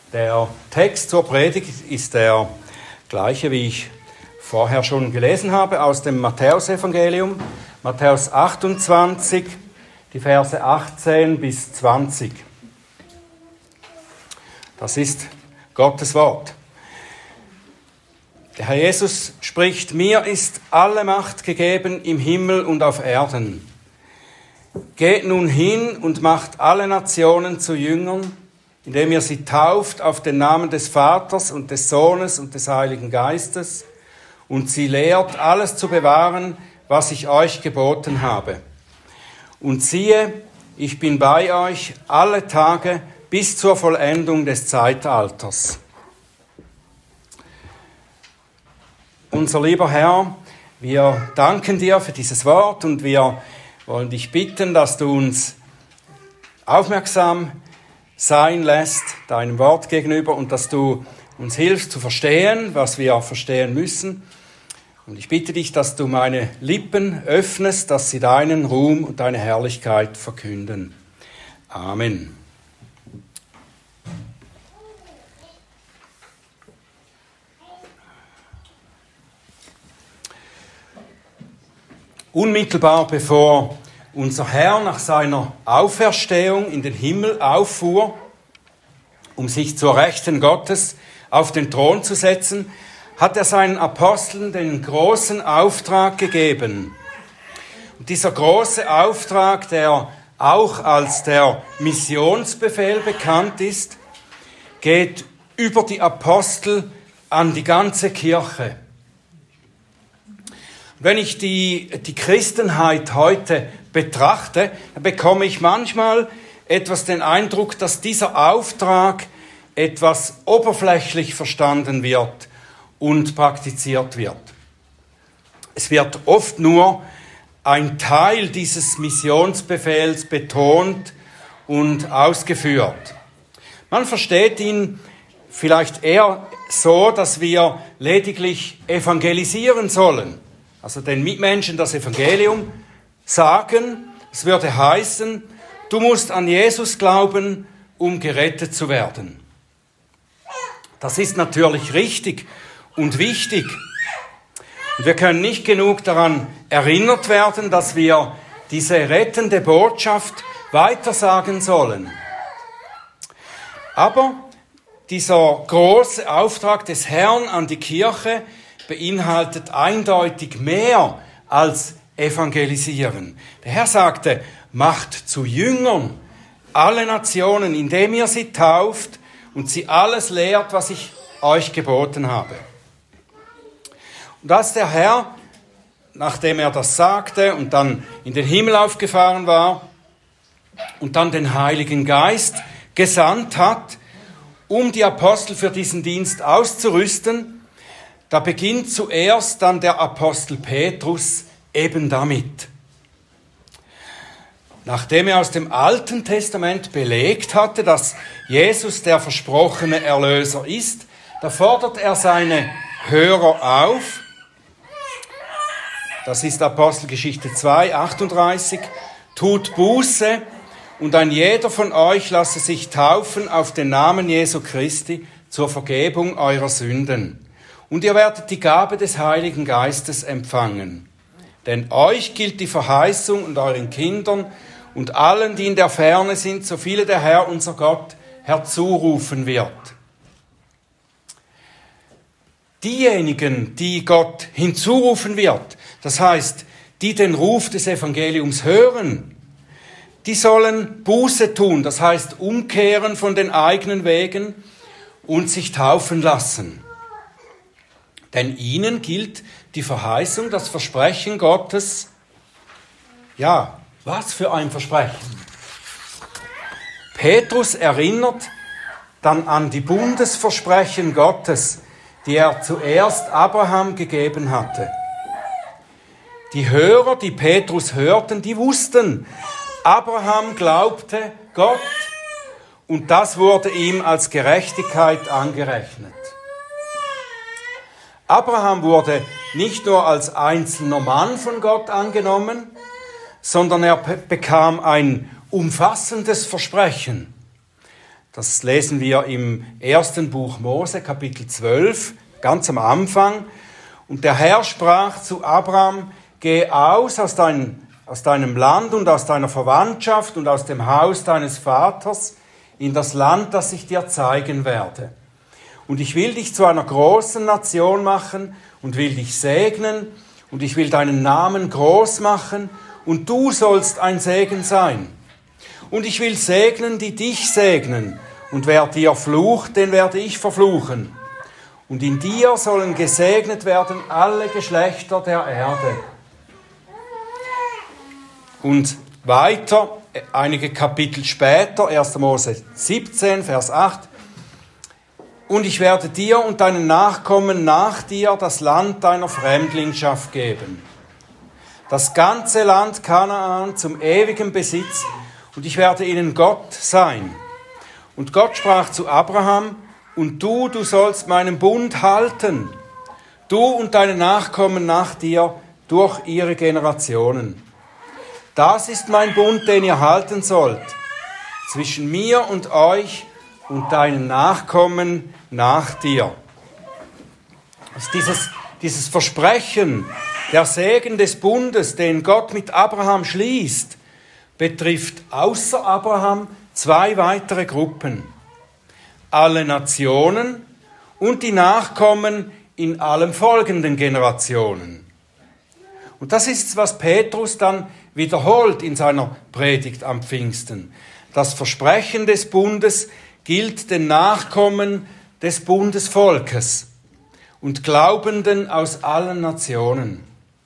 Der Text zur Predigt ist der gleiche, wie ich vorher schon gelesen habe, aus dem Matthäusevangelium, Matthäus 28, die Verse 18 bis 20. Das ist Gottes Wort. Der Herr Jesus spricht: Mir ist alle Macht gegeben im Himmel und auf Erden. Geht nun hin und macht alle Nationen zu Jüngern, indem ihr sie tauft auf den Namen des Vaters und des Sohnes und des Heiligen Geistes und sie lehrt, alles zu bewahren, was ich euch geboten habe. Und siehe, ich bin bei euch alle Tage bis zur Vollendung des Zeitalters. Unser lieber Herr, wir danken dir für dieses Wort und wir wollen dich bitten, dass du uns aufmerksam sein lässt, deinem Wort gegenüber, und dass du uns hilfst zu verstehen, was wir verstehen müssen. Und ich bitte dich, dass du meine Lippen öffnest, dass sie deinen Ruhm und deine Herrlichkeit verkünden. Amen. Unmittelbar bevor unser Herr nach seiner Auferstehung in den Himmel auffuhr, um sich zur Rechten Gottes auf den Thron zu setzen, hat er seinen Aposteln den großen Auftrag gegeben. Und dieser große Auftrag, der auch als der Missionsbefehl bekannt ist, geht über die Apostel an die ganze Kirche. Wenn ich die Christenheit heute betrachte, dann bekomme ich manchmal etwas den Eindruck, dass dieser Auftrag etwas oberflächlich verstanden wird und praktiziert wird. Es wird oft nur ein Teil dieses Missionsbefehls betont und ausgeführt. Man versteht ihn vielleicht eher so, dass wir lediglich evangelisieren sollen. Also den Mitmenschen das Evangelium sagen. Es würde heißen, du musst an Jesus glauben, um gerettet zu werden. Das ist natürlich richtig und wichtig. Und wir können nicht genug daran erinnert werden, dass wir diese rettende Botschaft weitersagen sollen. Aber dieser große Auftrag des Herrn an die Kirche beinhaltet eindeutig mehr als evangelisieren. Der Herr sagte, macht zu Jüngern alle Nationen, indem ihr sie tauft und sie alles lehrt, was ich euch geboten habe. Und als der Herr, nachdem er das sagte und dann in den Himmel aufgefahren war und dann den Heiligen Geist gesandt hat, um die Apostel für diesen Dienst auszurüsten, da beginnt zuerst dann der Apostel Petrus eben damit. Nachdem er aus dem Alten Testament belegt hatte, dass Jesus der versprochene Erlöser ist, da fordert er seine Hörer auf. Das ist Apostelgeschichte 2, 38. Tut Buße und ein jeder von euch lasse sich taufen auf den Namen Jesu Christi zur Vergebung eurer Sünden. Und ihr werdet die Gabe des Heiligen Geistes empfangen. Denn euch gilt die Verheißung und euren Kindern und allen, die in der Ferne sind, so viele der Herr, unser Gott, herzurufen wird. Diejenigen, die Gott hinzurufen wird, das heißt, die den Ruf des Evangeliums hören, die sollen Buße tun, das heißt, umkehren von den eigenen Wegen und sich taufen lassen. Denn ihnen gilt die Verheißung, das Versprechen Gottes. Ja, was für ein Versprechen. Petrus erinnert dann an die Bundesversprechen Gottes, die er zuerst Abraham gegeben hatte. Die Hörer, die Petrus hörten, die wussten, Abraham glaubte Gott und das wurde ihm als Gerechtigkeit angerechnet. Abraham wurde nicht nur als einzelner Mann von Gott angenommen, sondern er bekam ein umfassendes Versprechen. Das lesen wir im 1. Buch Mose, Kapitel 12, ganz am Anfang. Und der Herr sprach zu Abraham, geh aus deinem Land und aus deiner Verwandtschaft und aus dem Haus deines Vaters in das Land, das ich dir zeigen werde. Und ich will dich zu einer großen Nation machen und will dich segnen und ich will deinen Namen groß machen und du sollst ein Segen sein. Und ich will segnen, die dich segnen und wer dir flucht, den werde ich verfluchen. Und in dir sollen gesegnet werden alle Geschlechter der Erde. Und weiter, einige Kapitel später, 1. Mose 17, Vers 8, und ich werde dir und deinen Nachkommen nach dir das Land deiner Fremdlingschaft geben. Das ganze Land Kanaan zum ewigen Besitz, und ich werde ihnen Gott sein. Und Gott sprach zu Abraham, und du sollst meinen Bund halten, du und deine Nachkommen nach dir durch ihre Generationen. Das ist mein Bund, den ihr halten sollt, zwischen mir und euch und deinen Nachkommen nach dir. Also dieses Versprechen, der Segen des Bundes, den Gott mit Abraham schließt, betrifft außer Abraham 2 weitere Gruppen. Alle Nationen und die Nachkommen in allen folgenden Generationen. Und das ist, was Petrus dann wiederholt in seiner Predigt am Pfingsten. Das Versprechen des Bundes gilt den Nachkommen des Bundesvolkes und Glaubenden aus allen Nationen.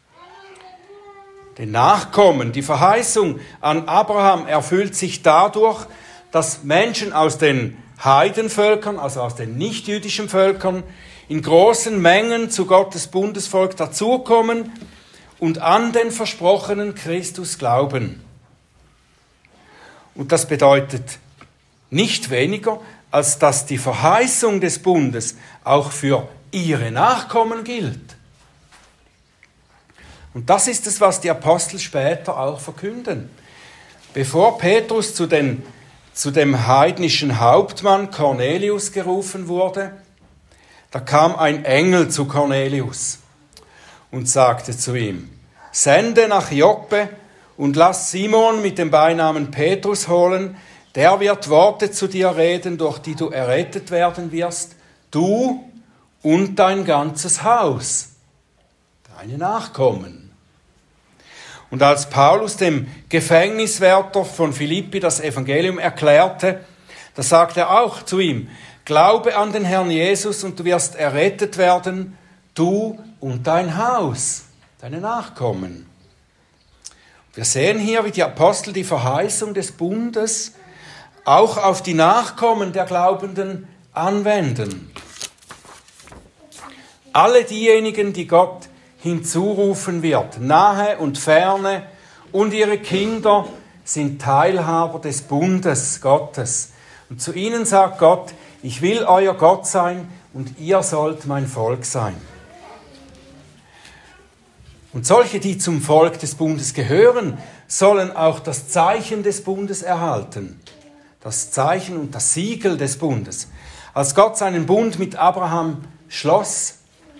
Den Nachkommen, die Verheißung an Abraham erfüllt sich dadurch, dass Menschen aus den Heidenvölkern, also aus den nichtjüdischen Völkern, in großen Mengen zu Gottes Bundesvolk dazukommen und an den versprochenen Christus glauben. Und das bedeutet nicht weniger, als dass die Verheißung des Bundes auch für ihre Nachkommen gilt. Und das ist es, was die Apostel später auch verkünden. Bevor Petrus zu dem heidnischen Hauptmann Cornelius gerufen wurde, da kam ein Engel zu Cornelius und sagte zu ihm, sende nach Joppe und lass Simon mit dem Beinamen Petrus holen, der wird Worte zu dir reden, durch die du errettet werden wirst, du und dein ganzes Haus, deine Nachkommen. Und als Paulus dem Gefängniswärter von Philippi das Evangelium erklärte, da sagte er auch zu ihm, glaube an den Herrn Jesus und du wirst errettet werden, du und dein Haus, deine Nachkommen. Wir sehen hier, wie die Apostel die Verheißung des Bundes auch auf die Nachkommen der Glaubenden anwenden. Alle diejenigen, die Gott hinzurufen wird, nahe und ferne, und ihre Kinder sind Teilhaber des Bundes Gottes. Und zu ihnen sagt Gott, ich will euer Gott sein und ihr sollt mein Volk sein. Und solche, die zum Volk des Bundes gehören, sollen auch das Zeichen des Bundes erhalten. Das Zeichen und das Siegel des Bundes. Als Gott seinen Bund mit Abraham schloss,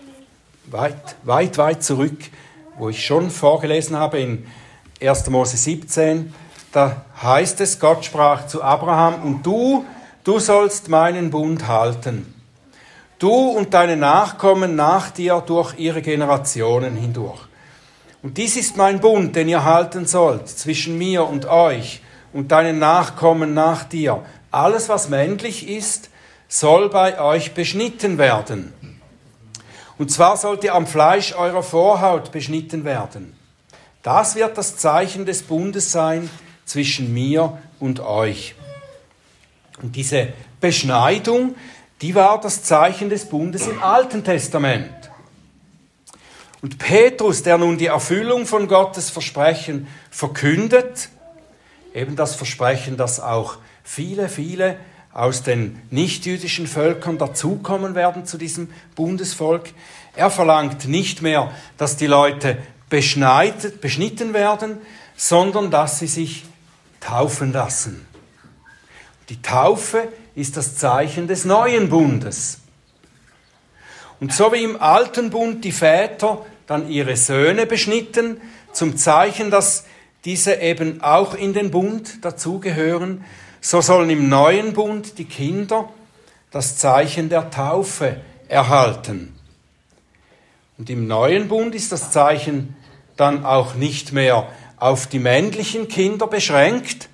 weit zurück, wo ich schon vorgelesen habe in 1. Mose 17, da heißt es, Gott sprach zu Abraham, und du sollst meinen Bund halten. Du und deine Nachkommen nach dir durch ihre Generationen hindurch. Und dies ist mein Bund, den ihr halten sollt, zwischen mir und euch und deinen Nachkommen nach dir. Alles, was männlich ist, soll bei euch beschnitten werden. Und zwar sollt ihr am Fleisch eurer Vorhaut beschnitten werden. Das wird das Zeichen des Bundes sein zwischen mir und euch. Und diese Beschneidung, die war das Zeichen des Bundes im Alten Testament. Und Petrus, der nun die Erfüllung von Gottes Versprechen verkündet, eben das Versprechen, dass auch viele aus den nichtjüdischen Völkern dazukommen werden zu diesem Bundesvolk. Er verlangt nicht mehr, dass die Leute beschnitten werden, sondern dass sie sich taufen lassen. Die Taufe ist das Zeichen des neuen Bundes. Und so wie im alten Bund die Väter dann ihre Söhne beschnitten, zum Zeichen, dass diese eben auch in den Bund dazugehören, so sollen im neuen Bund die Kinder das Zeichen der Taufe erhalten. Und im neuen Bund ist das Zeichen dann auch nicht mehr auf die männlichen Kinder beschränkt,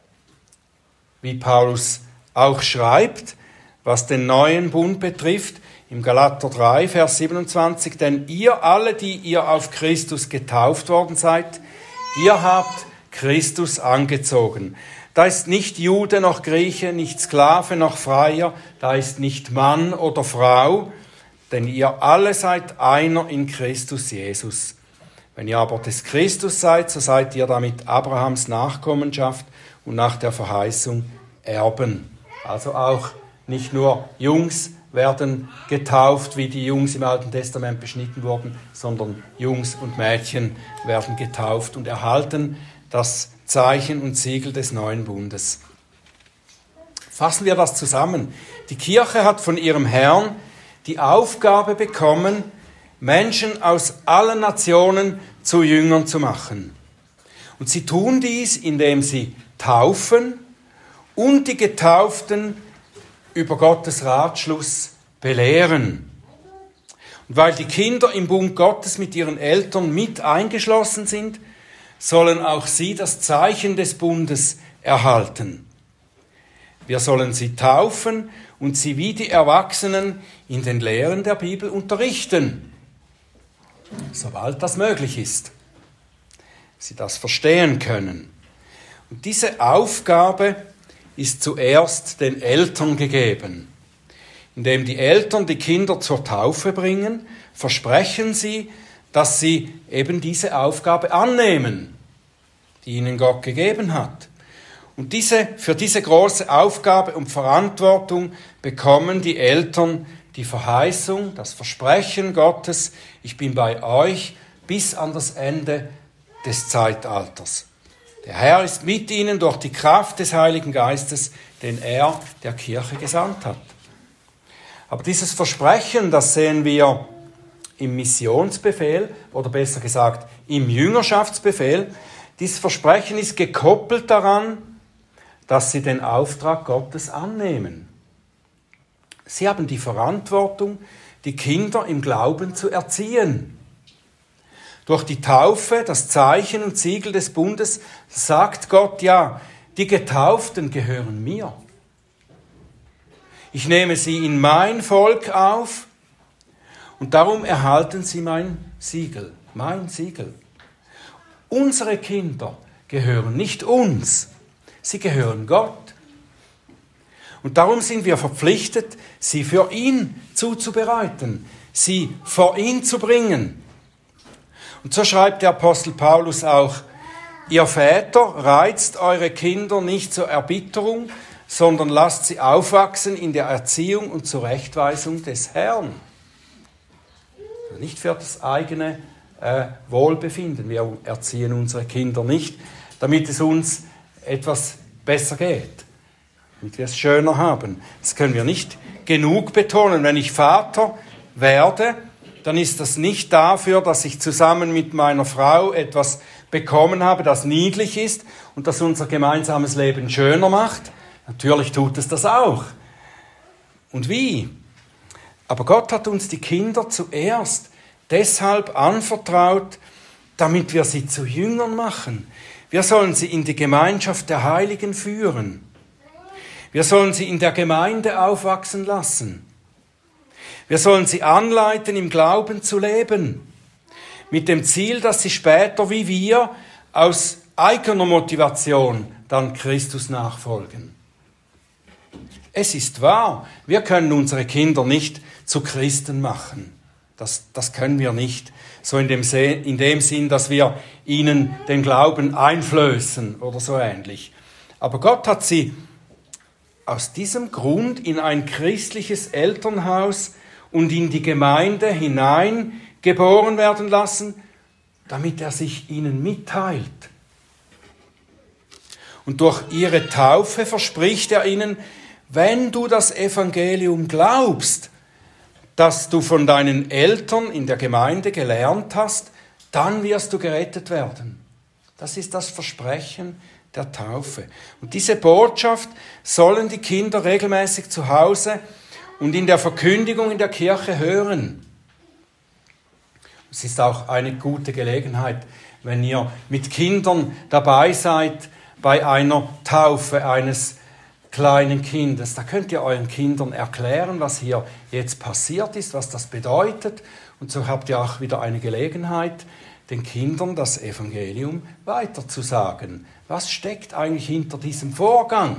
wie Paulus auch schreibt, was den neuen Bund betrifft, im Galater 3, Vers 27, denn ihr alle, die ihr auf Christus getauft worden seid, ihr habt Christus angezogen. Da ist nicht Jude noch Grieche, nicht Sklave noch Freier, da ist nicht Mann oder Frau, denn ihr alle seid einer in Christus Jesus. Wenn ihr aber des Christus seid, so seid ihr damit Abrahams Nachkommenschaft und nach der Verheißung Erben. Also auch nicht nur Jungs werden getauft, wie die Jungs im Alten Testament beschnitten wurden, sondern Jungs und Mädchen werden getauft und erhalten das Zeichen und Siegel des neuen Bundes. Fassen wir das zusammen. Die Kirche hat von ihrem Herrn die Aufgabe bekommen, Menschen aus allen Nationen zu Jüngern zu machen. Und sie tun dies, indem sie taufen und die Getauften über Gottes Ratschluss belehren. Und weil die Kinder im Bund Gottes mit ihren Eltern mit eingeschlossen sind, sollen auch sie das Zeichen des Bundes erhalten. Wir sollen sie taufen und sie wie die Erwachsenen in den Lehren der Bibel unterrichten, sobald das möglich ist, sie das verstehen können. Und diese Aufgabe ist zuerst den Eltern gegeben. Indem die Eltern die Kinder zur Taufe bringen, versprechen sie, dass sie eben diese Aufgabe annehmen, die ihnen Gott gegeben hat. Und für diese große Aufgabe und Verantwortung bekommen die Eltern die Verheißung, das Versprechen Gottes, ich bin bei euch bis an das Ende des Zeitalters. Der Herr ist mit ihnen durch die Kraft des Heiligen Geistes, den er der Kirche gesandt hat. Aber dieses Versprechen, das sehen wir im Missionsbefehl, oder besser gesagt im Jüngerschaftsbefehl. Dieses Versprechen ist gekoppelt daran, dass sie den Auftrag Gottes annehmen. Sie haben die Verantwortung, die Kinder im Glauben zu erziehen. Durch die Taufe, das Zeichen und Siegel des Bundes, sagt Gott, ja, die Getauften gehören mir. Ich nehme sie in mein Volk auf und darum erhalten sie mein Siegel. Unsere Kinder gehören nicht uns, sie gehören Gott. Und darum sind wir verpflichtet, sie für ihn zuzubereiten, sie vor ihn zu bringen. Und so schreibt der Apostel Paulus auch, ihr Väter, reizt eure Kinder nicht zur Erbitterung, sondern lasst sie aufwachsen in der Erziehung und Zurechtweisung des Herrn. Nicht für das eigene Wohlbefinden. Wir erziehen unsere Kinder nicht, damit es uns etwas besser geht, damit wir es schöner haben. Das können wir nicht genug betonen. Wenn ich Vater werde, dann ist das nicht dafür, dass ich zusammen mit meiner Frau etwas bekommen habe, das niedlich ist und das unser gemeinsames Leben schöner macht. Natürlich tut es das auch. Und wie? Aber Gott hat uns die Kinder zuerst deshalb anvertraut, damit wir sie zu Jüngern machen. Wir sollen sie in die Gemeinschaft der Heiligen führen. Wir sollen sie in der Gemeinde aufwachsen lassen. Wir sollen sie anleiten, im Glauben zu leben, mit dem Ziel, dass sie später wie wir aus eigener Motivation dann Christus nachfolgen. Es ist wahr, wir können unsere Kinder nicht zu Christen machen. Das können wir nicht, so in dem Sinn, dass wir ihnen den Glauben einflößen oder so ähnlich. Aber Gott hat sie aus diesem Grund in ein christliches Elternhaus und in die Gemeinde hinein geboren werden lassen, damit er sich ihnen mitteilt. Und durch ihre Taufe verspricht er ihnen, wenn du das Evangelium glaubst, das du von deinen Eltern in der Gemeinde gelernt hast, dann wirst du gerettet werden. Das ist das Versprechen der Taufe. Und diese Botschaft sollen die Kinder regelmäßig zu Hause und in der Verkündigung in der Kirche hören. Es ist auch eine gute Gelegenheit, wenn ihr mit Kindern dabei seid bei einer Taufe eines kleinen Kindes. Da könnt ihr euren Kindern erklären, was hier jetzt passiert ist, was das bedeutet. Und so habt ihr auch wieder eine Gelegenheit, den Kindern das Evangelium weiterzusagen. Was steckt eigentlich hinter diesem Vorgang?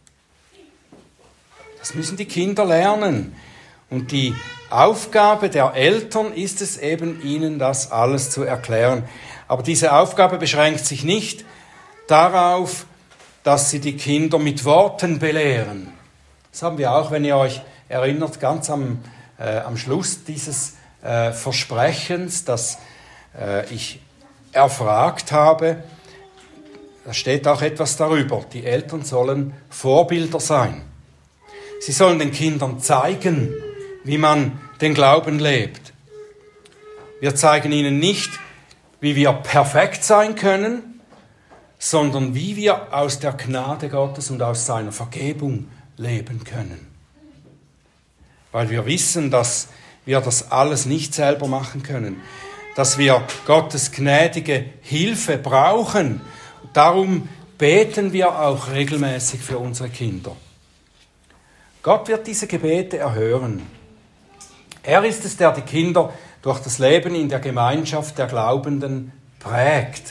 Das müssen die Kinder lernen. Und die Aufgabe der Eltern ist es eben, ihnen das alles zu erklären. Aber diese Aufgabe beschränkt sich nicht darauf, dass sie die Kinder mit Worten belehren. Das haben wir auch, wenn ihr euch erinnert, ganz am Schluss dieses Versprechens, das ich erfragt habe. Da steht auch etwas darüber. Die Eltern sollen Vorbilder sein. Sie sollen den Kindern zeigen, wie man den Glauben lebt. Wir zeigen ihnen nicht, wie wir perfekt sein können, sondern wie wir aus der Gnade Gottes und aus seiner Vergebung leben können. Weil wir wissen, dass wir das alles nicht selber machen können, dass wir Gottes gnädige Hilfe brauchen. Darum beten wir auch regelmäßig für unsere Kinder. Gott wird diese Gebete erhören. Er ist es, der die Kinder durch das Leben in der Gemeinschaft der Glaubenden prägt.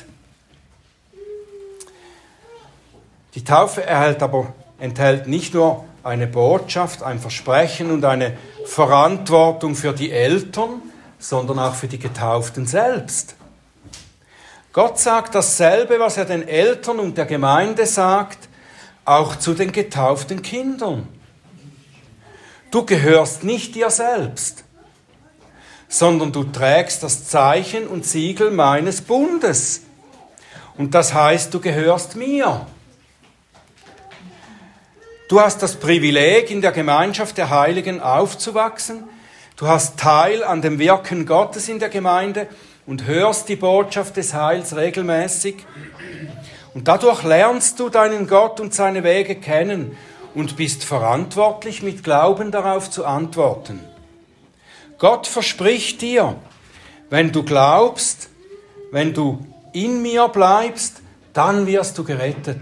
Die Taufe enthält nicht nur eine Botschaft, ein Versprechen und eine Verantwortung für die Eltern, sondern auch für die Getauften selbst. Gott sagt dasselbe, was er den Eltern und der Gemeinde sagt, auch zu den getauften Kindern. Du gehörst nicht dir selbst, sondern du trägst das Zeichen und Siegel meines Bundes. Und das heißt, du gehörst mir. Du hast das Privileg, in der Gemeinschaft der Heiligen aufzuwachsen. Du hast Teil an dem Wirken Gottes in der Gemeinde und hörst die Botschaft des Heils regelmäßig. Und dadurch lernst du deinen Gott und seine Wege kennen und bist verantwortlich, mit Glauben darauf zu antworten. Gott verspricht dir, wenn du glaubst, wenn du in mir bleibst, dann wirst du gerettet.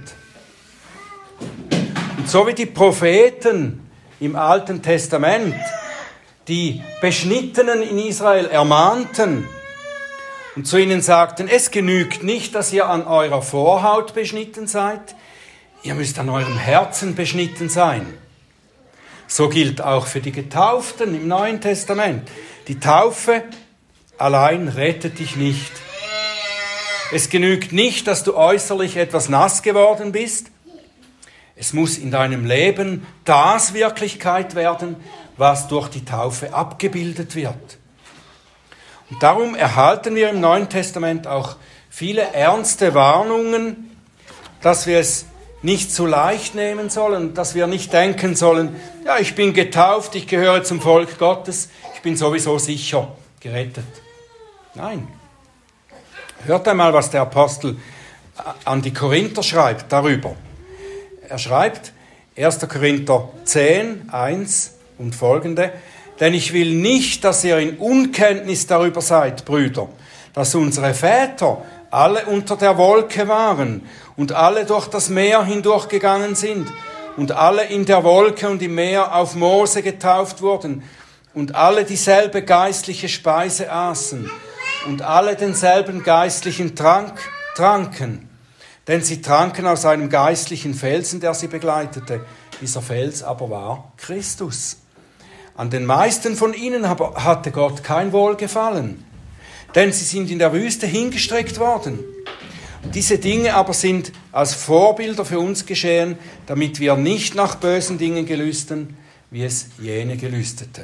Und so wie die Propheten im Alten Testament die Beschnittenen in Israel ermahnten und zu ihnen sagten, es genügt nicht, dass ihr an eurer Vorhaut beschnitten seid, ihr müsst an eurem Herzen beschnitten sein. So gilt auch für die Getauften im Neuen Testament. Die Taufe allein rettet dich nicht. Es genügt nicht, dass du äußerlich etwas nass geworden bist. Es muss in deinem Leben das Wirklichkeit werden, was durch die Taufe abgebildet wird. Und darum erhalten wir im Neuen Testament auch viele ernste Warnungen, dass wir es nicht zu leicht nehmen sollen, dass wir nicht denken sollen, ja, ich bin getauft, ich gehöre zum Volk Gottes, ich bin sowieso sicher gerettet. Nein. Hört einmal, was der Apostel an die Korinther schreibt darüber. Er schreibt, 1. Korinther 10, 1 und folgende, denn ich will nicht, dass ihr in Unkenntnis darüber seid, Brüder, dass unsere Väter alle unter der Wolke waren und alle durch das Meer hindurchgegangen sind und alle in der Wolke und im Meer auf Mose getauft wurden und alle dieselbe geistliche Speise aßen und alle denselben geistlichen Trank tranken. Denn sie tranken aus einem geistlichen Felsen, der sie begleitete. Dieser Fels aber war Christus. An den meisten von ihnen hatte Gott kein Wohlgefallen, denn sie sind in der Wüste hingestreckt worden. Diese Dinge aber sind als Vorbilder für uns geschehen, damit wir nicht nach bösen Dingen gelüsten, wie es jene gelüstete.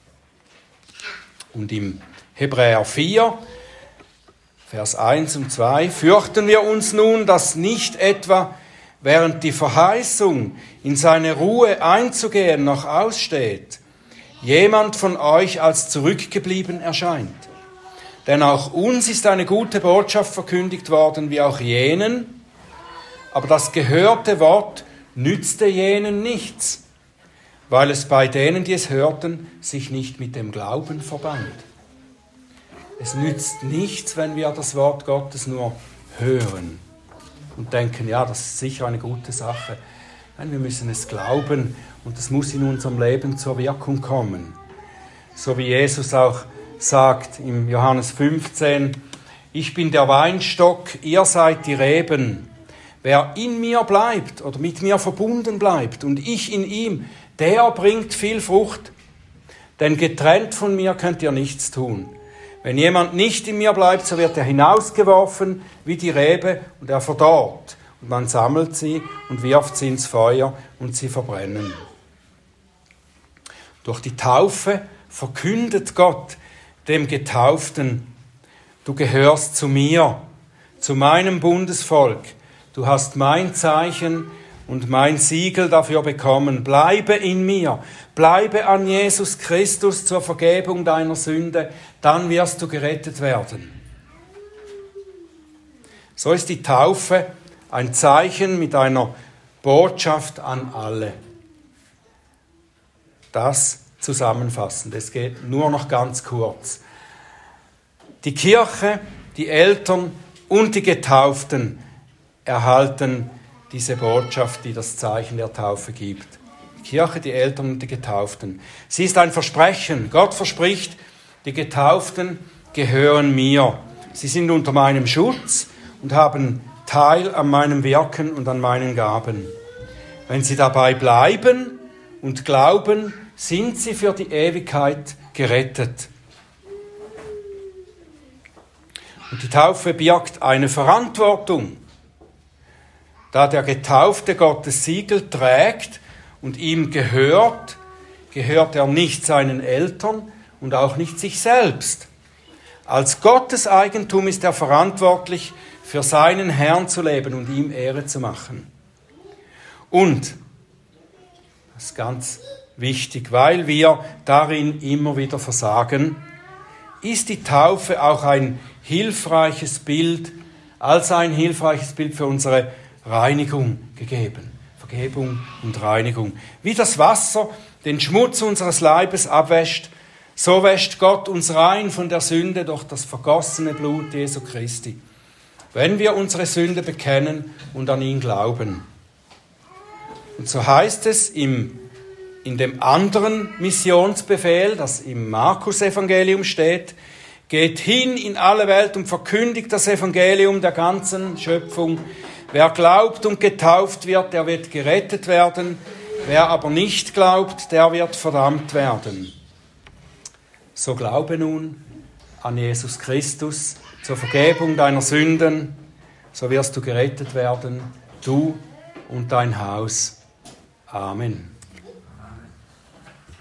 Und im Hebräer 4, Vers 1 und 2, fürchten wir uns nun, dass nicht etwa, während die Verheißung, in seine Ruhe einzugehen, noch aussteht, jemand von euch als zurückgeblieben erscheint. Denn auch uns ist eine gute Botschaft verkündigt worden, wie auch jenen, aber das gehörte Wort nützte jenen nichts, weil es bei denen, die es hörten, sich nicht mit dem Glauben verband. Es nützt nichts, wenn wir das Wort Gottes nur hören und denken, ja, das ist sicher eine gute Sache. Nein, wir müssen es glauben und es muss in unserem Leben zur Wirkung kommen. So wie Jesus auch sagt im Johannes 15, ich bin der Weinstock, ihr seid die Reben. Wer in mir bleibt oder mit mir verbunden bleibt und ich in ihm, der bringt viel Frucht. Denn getrennt von mir könnt ihr nichts tun. Wenn jemand nicht in mir bleibt, so wird er hinausgeworfen wie die Rebe und er verdorrt. Und man sammelt sie und wirft sie ins Feuer und sie verbrennen. Durch die Taufe verkündet Gott dem Getauften, du gehörst zu mir, zu meinem Bundesvolk. Du hast mein Zeichen und mein Siegel dafür bekommen. Bleibe in mir, bleibe an Jesus Christus zur Vergebung deiner Sünde, dann wirst du gerettet werden. So ist die Taufe ein Zeichen mit einer Botschaft an alle. Das zusammenfassend, es geht nur noch ganz kurz. Die Kirche, die Eltern und die Getauften erhalten diese Botschaft, die das Zeichen der Taufe gibt. Die Kirche, die Eltern und die Getauften. Sie ist ein Versprechen. Gott verspricht, die Getauften gehören mir. Sie sind unter meinem Schutz und haben Teil an meinem Wirken und an meinen Gaben. Wenn sie dabei bleiben und glauben, sind sie für die Ewigkeit gerettet. Und die Taufe birgt eine Verantwortung. Da der Getaufte Gottes Siegel trägt und ihm gehört, gehört er nicht seinen Eltern und auch nicht sich selbst. Als Gottes Eigentum ist er verantwortlich, für seinen Herrn zu leben und ihm Ehre zu machen. Und, das ist ganz wichtig, weil wir darin immer wieder versagen, ist die Taufe auch ein hilfreiches Bild, als ein hilfreiches Bild für unsere Reinigung gegeben. Vergebung und Reinigung. Wie das Wasser den Schmutz unseres Leibes abwäscht, so wäscht Gott uns rein von der Sünde durch das vergossene Blut Jesu Christi, wenn wir unsere Sünde bekennen und an ihn glauben. Und so heißt es in dem anderen Missionsbefehl, das im Markus-Evangelium steht, geht hin in alle Welt und verkündigt das Evangelium der ganzen Schöpfung. Wer glaubt und getauft wird, der wird gerettet werden. Wer aber nicht glaubt, der wird verdammt werden. So glaube nun an Jesus Christus zur Vergebung deiner Sünden, so wirst du gerettet werden, du und dein Haus. Amen.